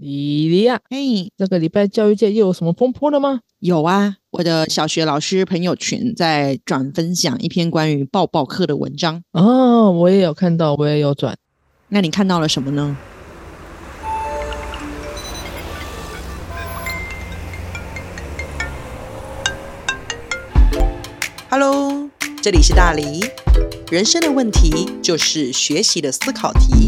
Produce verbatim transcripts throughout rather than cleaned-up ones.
莉莉亚， 嘿， 这个礼拜教育界又有什么风波了吗？ 有啊，我的小学老师朋友群在转分享一篇关于抱抱课的文章。 哦，我也有看到，我也有转。 那你看到了什么呢？Hello， 这里是大黎。人生的问题就是学习的思考题。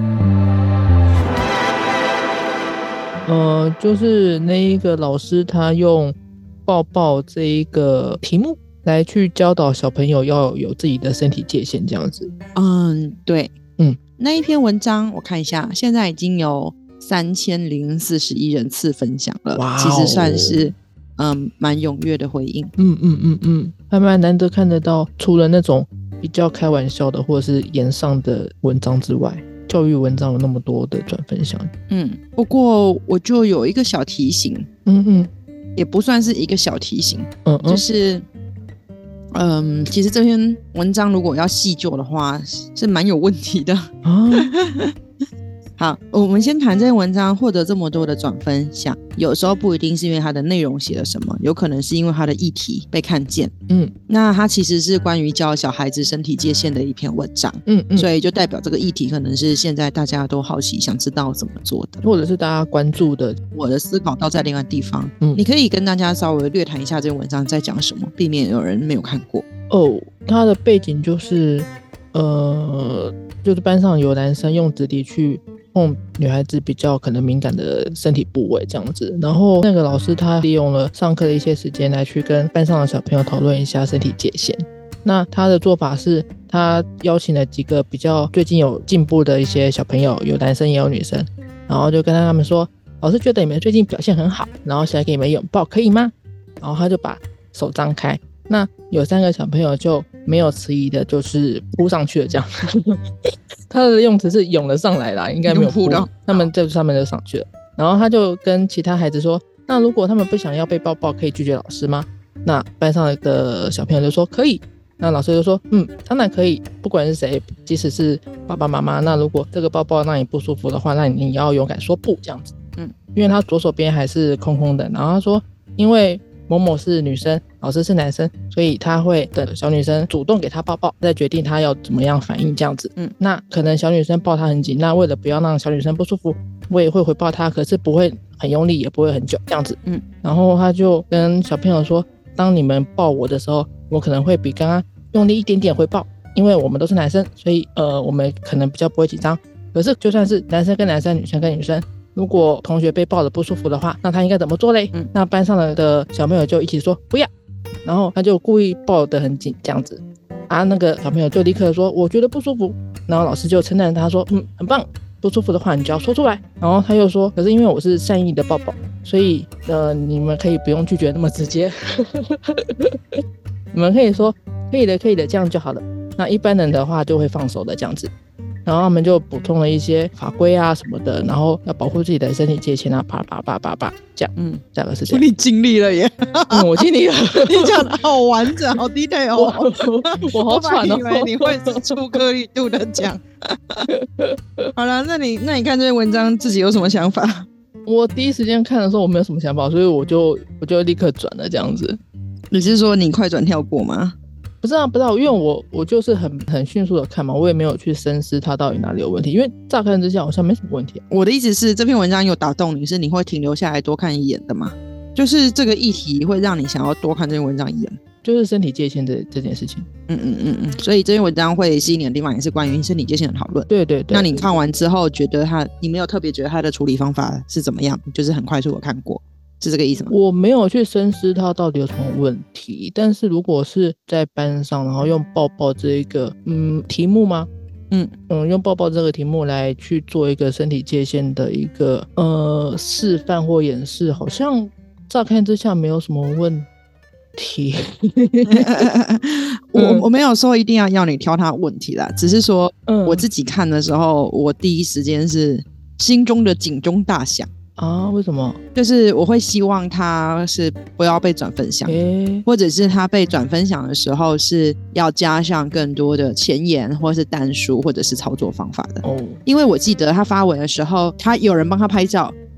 呃，就是那一个老师他用抱抱这一个题目来去教导小朋友要有自己的身体界限，这样子。 嗯，对， 嗯， 那一篇文章我看一下，现在已经有三千零四十一人次分享了， 哇哦， 其实算是嗯蛮踊跃的回应。 嗯嗯嗯嗯，还蛮难得看得到，除了那种比较开玩笑的或者是言上的文章之外，教育文章有那么多的转分享。 嗯，不过我就有一个小提醒， 嗯嗯， 也不算是一个小提醒， 嗯嗯， 就是嗯，其实这篇文章如果要细究的话，是蛮有问题的啊。 好，我们先谈这篇文章获得这么多的转分享，有时候不一定是因为它的内容写了什么，有可能是因为它的议题被看见。 嗯， 那它其实是关于教小孩子身体界限的一篇文章。 嗯嗯， 所以就代表这个议题可能是现在大家都好奇想知道怎么做的， 或者是大家关注的。 我的思考倒在另外地方。 嗯， 你可以跟大家稍微略谈一下这篇文章在讲什么，避免有人没有看过。 哦，它的背景就是呃，就是班上有男生用纸笛去碰女孩子比较可能敏感的身体部位这样子，然后那个老师他利用了上课的一些时间来去跟班上的小朋友讨论一下身体界限。那他的做法是他邀请了几个比较最近有进步的一些小朋友，有男生也有女生，然后就跟他们说，老师觉得你们最近表现很好，然后想给你们拥抱可以吗？然后他就把手张开，那有三个小朋友就没有迟疑的就是扑上去了这样他的用词是涌了上来啦，应该没有扑到，他们就上面就上去了。然后他就跟其他孩子说，那如果他们不想要被抱抱可以拒绝老师吗？那班上的小朋友就说可以，那老师就说嗯，当然可以，不管是谁，即使是爸爸妈妈，那如果这个抱抱让你不舒服的话，那你要勇敢说不这样子。嗯，因为他左手边还是空空的，然后他说因为某某是女生，老师是男生，所以他会等小女生主动给他抱抱，再决定他要怎么样反应这样子。嗯，那可能小女生抱他很紧，那为了不要让小女生不舒服，我也会回抱他，可是不会很用力，也不会很久这样子。嗯，然后他就跟小朋友说，当你们抱我的时候，我可能会比刚刚用力一点点回抱，因为我们都是男生，所以呃，我们可能比较不会紧张。可是就算是男生跟男生，女生跟女生，如果同学被抱得不舒服的话，那他应该怎么做嘞？嗯，那班上的小朋友就一起说不要，然后他就故意抱得很紧这样子啊，那个小朋友就立刻说我觉得不舒服，然后老师就称赞他说嗯，很棒，不舒服的话你就要说出来。然后他又说可是因为我是善意的抱抱，所以呃，你们可以不用拒绝那么直接你们可以说可以的可以的，这样就好了。那一般人的话就会放手的这样子。然后他们就补充了一些法规啊什么的，然后要保护自己的身体界限啊，啪啪啪啪啪这样。嗯，大概是这样。 你尽力了耶嗯，我尽力了你讲的好完整好 detail 哦我, 我好喘哦， 我以为你会出颗粒度的讲好了，那你那你看这篇文章自己有什么想法？ 我第一时间看的时候我没有什么想法，所以我就我就立刻转了这样子。 你是说你快转跳过吗？ 不是啊，不知道，因为我我就是很很迅速的看嘛，我也没有去深思它到底哪里有问题，因为乍看之下好像没什么问题啊。 我的意思是这篇文章有打动你，是你会停留下来多看一眼的吗？就是这个议题会让你想要多看这篇文章一眼， 就是身体界限的这件事情。 嗯嗯嗯嗯，所以这篇文章会吸引你的地方也是关于身体界限的讨论。 对对 对, 对。 那你看完之后觉得他，你没有特别觉得他的处理方法是怎么样，就是很快速的看过，是这个意思吗？ 我没有去深思它到底有什么问题，但是如果是在班上，然后用抱抱这一个嗯题目吗？嗯嗯，用抱抱这个题目来去做一个身体界限的一个呃示范或演示，好像乍看之下没有什么问题。 我我没有说一定要要你挑他问题啦，只是说、嗯、我自己看的时候，我第一时间是心中的警钟大响。 啊？为什么？ 就是我会希望他是不要被转分享、欸、或者是他被转分享的时候是要加上更多的前言或是但书或者是操作方法的、哦、因为我记得他发文的时候他有人帮他拍照，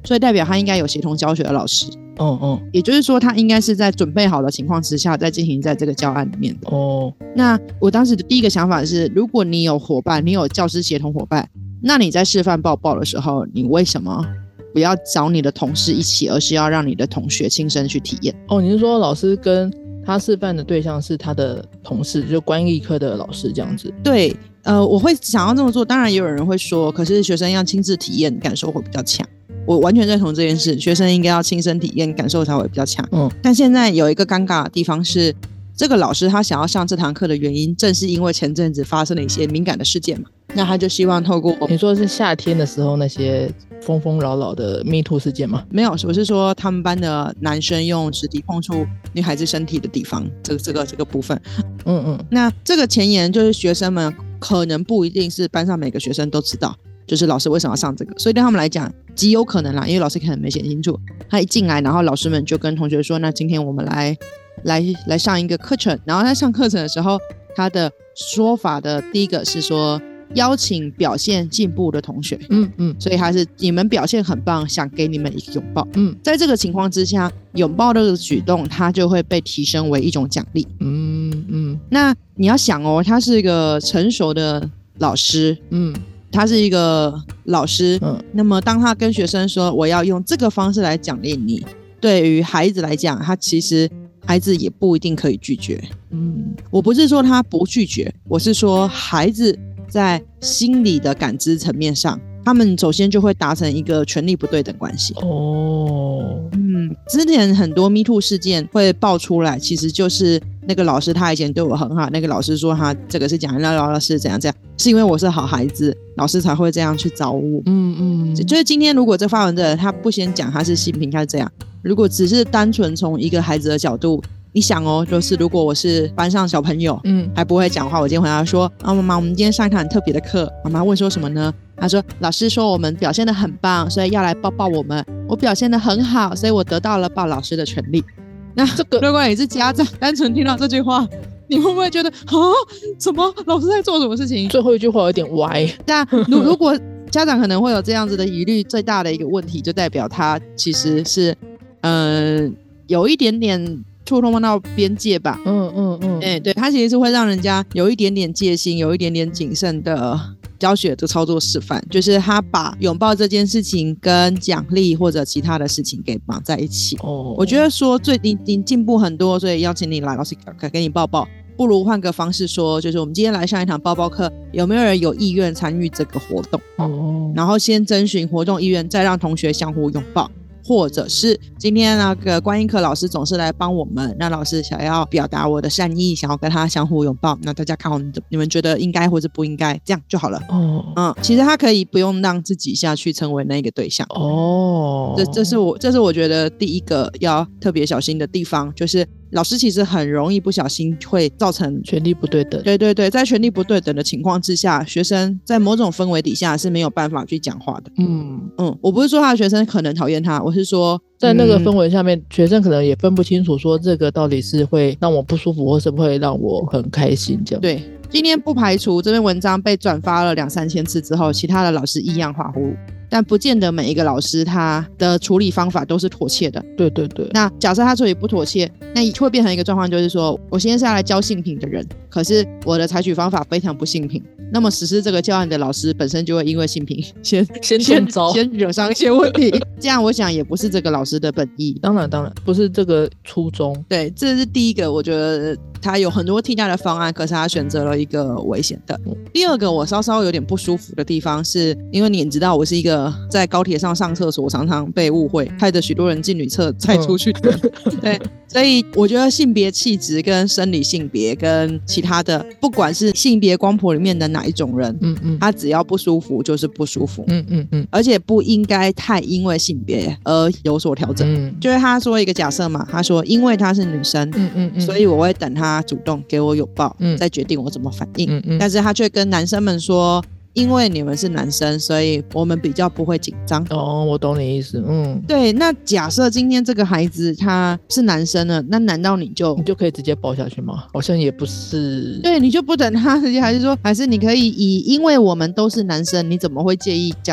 所以代表他应该有协同教学的老师。 哦哦， 也就是说他应该是在准备好的情况之下再进行在这个教案里面的。 哦， 那我当时的第一个想法是，如果你有伙伴，你有教师协同伙伴，那你在示范抱抱的时候，你为什么不要找你的同事一起，而是要让你的同学亲身去体验？ 哦，你是说老师跟他示范的对象是他的同事，就观艺科的老师这样子？ 对，呃，我会想要这么做，当然也有人会说，可是学生要亲自体验，感受会比较强。我完全认同这件事，学生应该要亲身体验，感受才会比较强。嗯，但现在有一个尴尬的地方是，这个老师他想要上这堂课的原因，正是因为前阵子发生了一些敏感的事件嘛。那他就希望透过， 你说是夏天的时候那些疯疯扰扰的 Me Too 事件吗？ 没有，我是说他们班的男生用肢体碰触女孩子身体的地方，这个这个这个部分。嗯嗯，那这个前言就是学生们可能不一定是班上每个学生都知道。就是老师为什么要上这个，所以对他们来讲极有可能啦，因为老师可能没写清楚，他一进来，然后老师们就跟同学说，那今天我们来来来上一个课程，然后在上课程的时候，他的说法的第一个是说邀请表现进步的同学，嗯嗯，所以他是你们表现很棒，想给你们一个拥抱，嗯，在这个情况之下，拥抱这个举动，它就会被提升为一种奖励，嗯嗯，那你要想哦，他是一个成熟的老师，嗯。他是一个老师、嗯、那么当他跟学生说我要用这个方式来奖励你，对于孩子来讲，他其实孩子也不一定可以拒绝。嗯，我不是说他不拒绝，我是说孩子在心理的感知层面上，他们首先就会达成一个权力不对等关系。哦，嗯，之前很多 Me Too 事件会爆出来，其实就是那个老师他以前对我很好，那个老师说他这个是讲聊聊是怎样怎样，是因为我是好孩子，老师才会这样去找我。嗯嗯，就是今天如果这发文的人他不先讲他是性平，他是这样，如果只是单纯从一个孩子的角度，你想哦，就是如果我是班上小朋友，嗯，还不会讲话，我今天回答说啊，妈妈，我们今天上一堂很特别的课，妈妈问说什么呢？他说老师说我们表现得很棒，所以要来抱抱我们，我表现得很好，所以我得到了抱老师的权利。那这个如果你是家长，单纯听到这句话，你会不会觉得啊，什么老师在做什么事情？ 最后一句话有点歪。 但如如果家长可能会有这样子的疑虑，最大的一个问题就代表他其实是嗯、呃、有一点点触碰到边界吧。嗯嗯嗯，哎、欸，对，他其实是会让人家有一点点戒心，有一点点谨慎的教学的操作示范，就是他把拥抱这件事情跟奖励或者其他的事情给绑在一起。哦，我觉得说最你你进步很多，所以邀请你来，老师给你抱抱，不如换个方式说，就是我们今天来上一堂抱抱课，有没有人有意愿参与这个活动？哦，然后先征询活动意愿，再让同学相互拥抱。或者是今天那个观音课老师总是来帮我们，那老师想要表达我的善意，想要跟他相互拥抱，那大家看我们你们觉得应该或者不应该，这样就好了。哦，嗯，其实他可以不用让自己下去成为那个对象。哦，这这是我这是我觉得第一个要特别小心的地方，就是老师其实很容易不小心会造成权力不对等。 对对对，在权力不对等的情况之下，学生在某种氛围底下是没有办法去讲话的。嗯嗯，我不是说他的学生可能讨厌他，我是说在那个氛围下面、嗯、学生可能也分不清楚说这个到底是会让我不舒服或是会让我很开心这样。 对，今天不排除这篇文章被转发了两三千次之后，其他的老师一样画葫芦，但不见得每一个老师他的处理方法都是妥切的。 对对对， 那假设他处理不妥切，那会变成一个状况，就是说我今天是要来教性平的人，可是我的采取方法非常不性平，那么实施这个教案的老师本身就会因为性平先先中招， 先惹上一些问题，这样我想也不是这个老师的本意。 当然当然不是这个初衷。 对，这是第一个，我觉得他有很多替代的方案，可是他选择了一个危险的。第二个我稍稍有点不舒服的地方是，因为你也知道我是一个在高铁上上厕所常常被误会害得许多人进女厕再出去的、嗯、对，所以我觉得性别气质跟生理性别跟其他的不管是性别光谱里面的哪一种人，嗯嗯，他只要不舒服就是不舒服，嗯嗯嗯，而且不应该太因为性别而有所调整、嗯、就是他说一个假设嘛，他说因为她是女生，嗯嗯嗯，所以我会等她主动给我拥抱、嗯、再决定我怎么反应，嗯嗯，但是他却跟男生们说因为你们是男生，所以我们比较不会紧张。 哦，我懂你意思。嗯， 对。那假设今天这个孩子他是男生了，那难道你就你就可以直接抱下去吗？好像也不是。 对，你就不等他直接，还是说，还是你可以以因为我们都是男生，你怎么会介意这样子？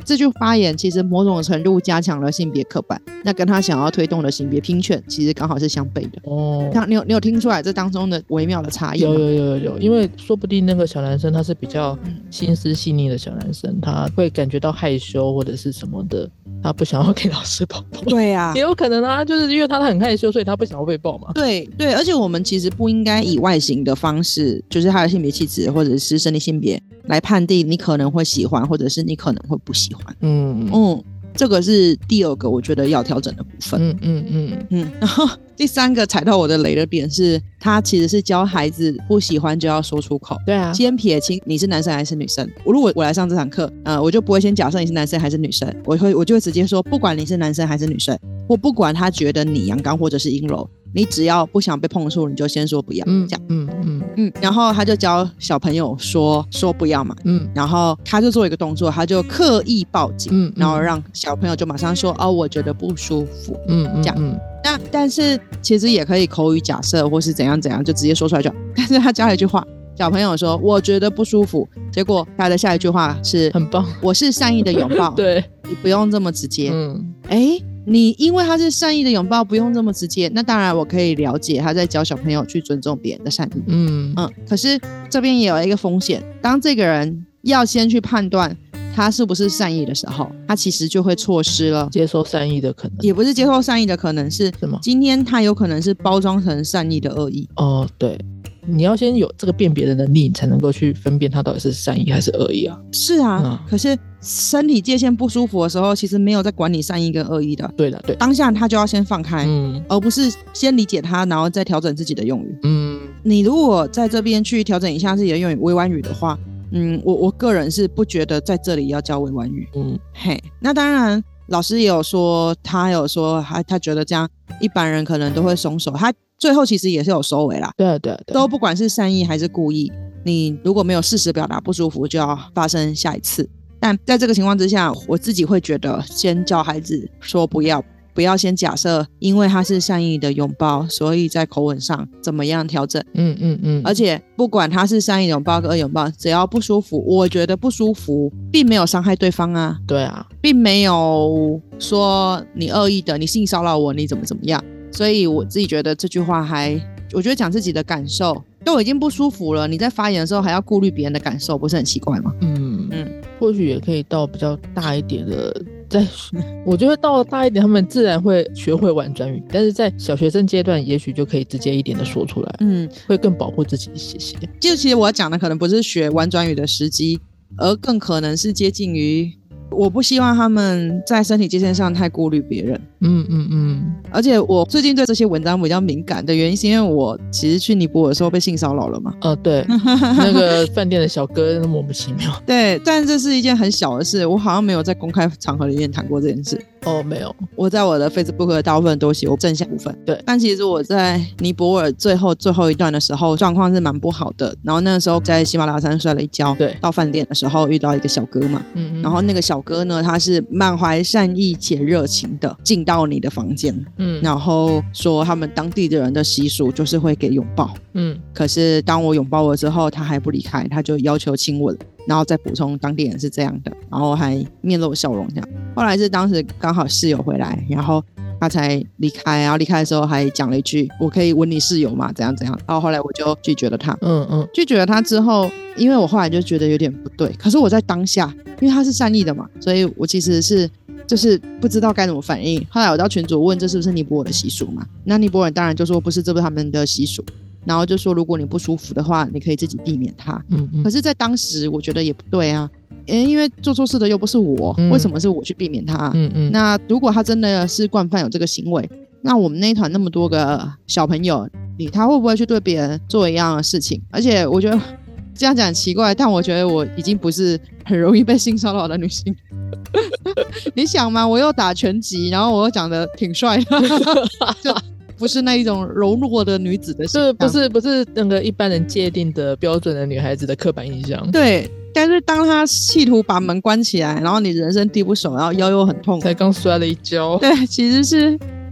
这句发言其实某种程度加强了性别刻板，那跟他想要推动的性别平权其实刚好是相悖的哦。你有你有听出来这当中的微妙的差异吗？ 有有有有有，因为说不定那个小男生他是比较心思细腻的小男生，他会感觉到害羞或者是什么的，他不想要给老师抱抱。 对啊， 也有可能啊，就是因为他很害羞，所以他不想要被抱嘛。 对对，而且我们其实不应该以外形的方式，就是他的性别气质或者是生理性别来判定你可能会喜欢，或者是你可能会不喜欢。嗯嗯，这个是第二个我觉得要调整的部分。嗯嗯嗯嗯。然后第三个踩到我的雷的点是，他其实是教孩子不喜欢就要说出口。 对啊， 先撇清你是男生还是女生。如果我来上这堂课，呃，我就不会先假设你是男生还是女生，我会我就会直接说，不管你是男生还是女生，或不管他觉得你阳刚或者是阴柔，你只要不想被碰触，你就先说不要。嗯，这样。嗯嗯嗯。然后他就教小朋友说说不要嘛。嗯。然后他就做一个动作，他就刻意报警。嗯。然后让小朋友就马上说，哦，我觉得不舒服。嗯嗯。这样。嗯。那但是其实也可以口语假设或是怎样怎样，就直接说出来就好。但是他加了一句话，小朋友说我觉得不舒服，结果他的下一句话是很棒， 我是善意的拥抱。对，你不用这么直接。嗯。哎。你因为他是善意的拥抱，不用这么直接，那当然我可以了解他在教小朋友去尊重别人的善意。嗯嗯，可是这边也有一个风险，当这个人要先去判断他是不是善意的时候，他其实就会错失了接受善意的可能。 也不是接受善意的可能，是什么？ 今天他有可能是包装成善意的恶意。 哦，对。你要先有这个辨别的能力，你才能够去分辨它到底是善意还是恶意啊。 是啊、嗯、可是身体界限不舒服的时候，其实没有在管你善意跟恶意的。 对的，对， 当下他就要先放开、嗯、而不是先理解他然后再调整自己的用语。嗯，你如果在这边去调整一下自己的用语，委婉语的话，嗯，我我个人是不觉得在这里要教委婉语。嗯，嘿，那当然老师也有说，他有说他他觉得这样一般人可能都会松手，他最后其实也是有收尾啦。 对啊对啊对啊， 都不管是善意还是故意，你如果没有适时表达不舒服，就要发生下一次。但在这个情况之下，我自己会觉得先教孩子说不要，不要先假设因为他是善意的拥抱，所以在口吻上怎么样调整。嗯嗯嗯。而且不管他是善意拥抱跟恶拥抱，只要不舒服，我觉得不舒服并没有伤害对方啊。 对啊， 并没有说你恶意的，你性骚扰我，你怎么怎么样。所以我自己觉得这句话还，我觉得讲自己的感受都已经不舒服了，你在发言的时候还要顾虑别人的感受，不是很奇怪吗？嗯嗯，或许也可以到比较大一点的，在我觉得到了大一点，他们自然会学会婉转语，但是在小学生阶段，也许就可以直接一点的说出来，嗯，会更保护自己一些些。 就其实我要讲的可能不是学婉转语的时机，而更可能是接近于，我不希望他们在身体界限上太顾虑别人。嗯嗯嗯。而且我最近对这些文章比较敏感的原因，是因为我其实去尼泊尔的时候被性骚扰了嘛。 呃，对，那个饭店的小哥莫名其妙。 对，但这是一件很小的事，我好像没有在公开场合里面谈过这件事。 哦，没有， 我在我的 Facebook 的大部分都写我正向部分。 对， 但其实我在尼泊尔最后最后一段的时候，状况是蛮不好的。然后那个时候在喜马拉雅山摔了一跤， 对， 到饭店的时候遇到一个小哥嘛，嗯嗯，然后那个小哥呢，他是满怀善意且热情的进到你的房间，嗯，然后说他们当地的人的习俗就是会给拥抱，嗯，可是当我拥抱了之后，他还不离开，他就要求亲吻。然后再补充当地人是这样的，然后还面露笑容这样。后来是当时刚好室友回来，然后他才离开，然后离开的时候还讲了一句我可以吻你室友吗怎样怎样。然后后来我就拒绝了他。嗯嗯。拒绝了他之后，因为我后来就觉得有点不对，可是我在当下因为他是善意的嘛，所以我其实是就是不知道该怎么反应。后来我到群组问这是不是尼泊尔的习俗嘛，那尼泊尔人当然就说不是，这不是他们的习俗，然后就说如果你不舒服的话你可以自己避免它。嗯嗯。可是在当时我觉得也不对啊，因为做错事的又不是我、嗯、为什么是我去避免它？嗯嗯。那如果他真的是惯犯有这个行为，那我们那一团那么多个小朋友，他会不会去对别人做一样的事情？而且我觉得这样讲很奇怪，但我觉得我已经不是很容易被性骚扰的女性。你想吗？我又打拳击，然后我又长得挺帅的，就不是那一种柔弱的女子的形象， 不是不是那个一般人界定的标准的女孩子的刻板印象。 对，但是当她企图把门关起来，然后你人生地不熟，然后腰又很痛， 才刚摔了一跤， 对，其实是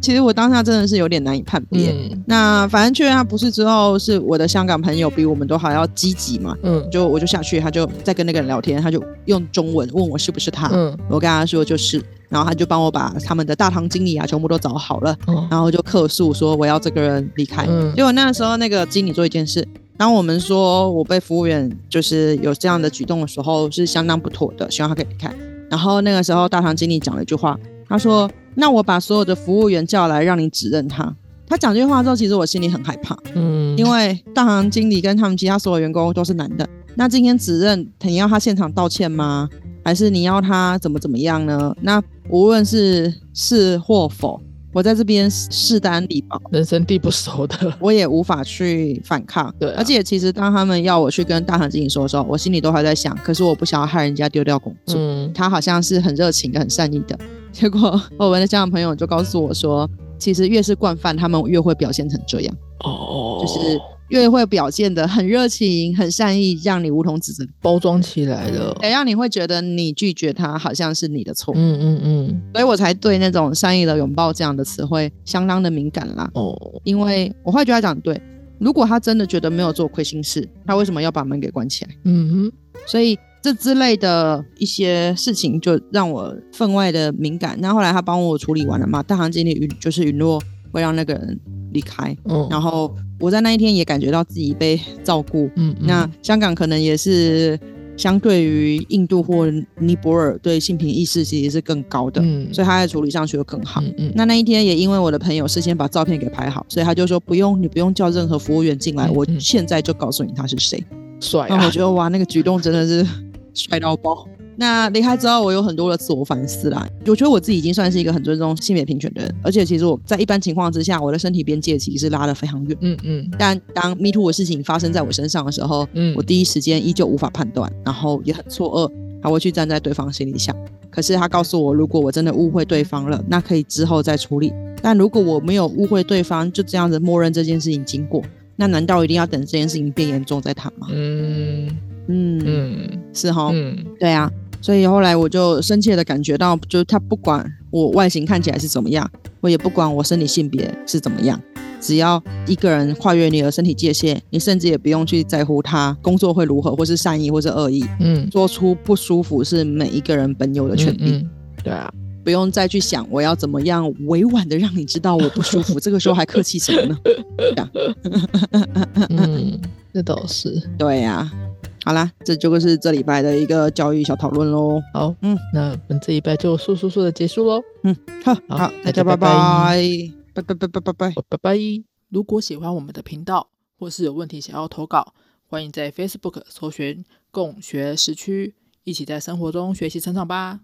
其实我当下真的是有点难以判别、嗯、那反正确认他不是之后，是我的香港朋友比我们都还要积极嘛，嗯，就我就下去，他就在跟那个人聊天，他就用中文问我是不是他，嗯，我跟他说就是，然后他就帮我把他们的大堂经理啊全部都找好了、嗯、然后就客诉说我要这个人离开、嗯、结果那个时候那个经理做一件事，当我们说我被服务员就是有这样的举动的时候是相当不妥的，希望他可以离开，然后那个时候大堂经理讲了一句话，他说那我把所有的服务员叫来让你指认他。他讲这句话之后其实我心里很害怕，嗯，因为大堂经理跟他们其他所有员工都是男的，那今天指认你要他现场道歉吗？还是你要他怎么怎么样呢？那无论是是或否，我在这边势单力薄， 人生地不熟的， 我也无法去反抗。 对、啊， 而且其实当他们要我去跟大堂经理说的时候，我心里都还在想，可是我不想要害人家丢掉工作。嗯，他好像是很热情的、很善意的。结果我们的香港朋友就告诉我说，其实越是惯犯，他们越会表现成这样。哦，就是越会表现得很热情、很善意，让你无从指责， 包装起来了， 得让你会觉得你拒绝他好像是你的错。 嗯嗯嗯， 所以我才对那种善意的拥抱这样的词汇相当的敏感啦。哦，因为我会觉得他讲对，如果他真的觉得没有做亏心事，他为什么要把门给关起来？嗯哼，所以这之类的一些事情就让我分外的敏感。那后来他帮我处理完了嘛，大堂经理就是允诺会让那个人离开、嗯、然后我在那一天也感觉到自己被照顾。嗯嗯，那香港可能也是相对于印度或尼泊尔对性平意识其实是更高的、嗯、所以他在处理上学得更好。嗯嗯，那那一天也因为我的朋友事先把照片给拍好，所以他就说不用，你不用叫任何服务员进来、嗯嗯、我现在就告诉你他是谁。 帅啊！ 我觉得哇，那个举动真的是帅到爆。那离开之后我有很多的自我反思啦，我觉得我自己已经算是一个很尊重性别平权的人，而且其实我在一般情况之下我的身体边界其实是拉得非常远。嗯嗯，但当 Me Too 的事情发生在我身上的时候、嗯、我第一时间依旧无法判断，然后也很错愕，还会去站在对方心里想。可是他告诉我，如果我真的误会对方了，那可以之后再处理，但如果我没有误会对方，就这样子默认这件事情经过，那难道一定要等这件事情变严重再谈吗？嗯嗯嗯，是齁，嗯，对啊，所以后来我就深切的感觉到，就是他不管我外形看起来是怎么样，我也不管我生理性别是怎么样，只要一个人跨越你的身体界限，你甚至也不用去在乎他工作会如何，或是善意或是恶意，嗯，做出不舒服是每一个人本有的权利。嗯嗯， 对啊， 不用再去想我要怎么样委婉的让你知道我不舒服，这个时候还客气什么呢？ 嗯，这倒是。 对呀、啊，好啦，这就是这礼拜的一个教育小讨论咯。 好，嗯，那我们这礼拜就速速速的结束咯。 嗯，好，好，好，大家拜拜，拜拜拜拜拜拜拜拜。如果喜欢我们的频道，或是有问题想要投稿，欢迎在 Facebook 搜寻共学时区，一起在生活中学习成长吧。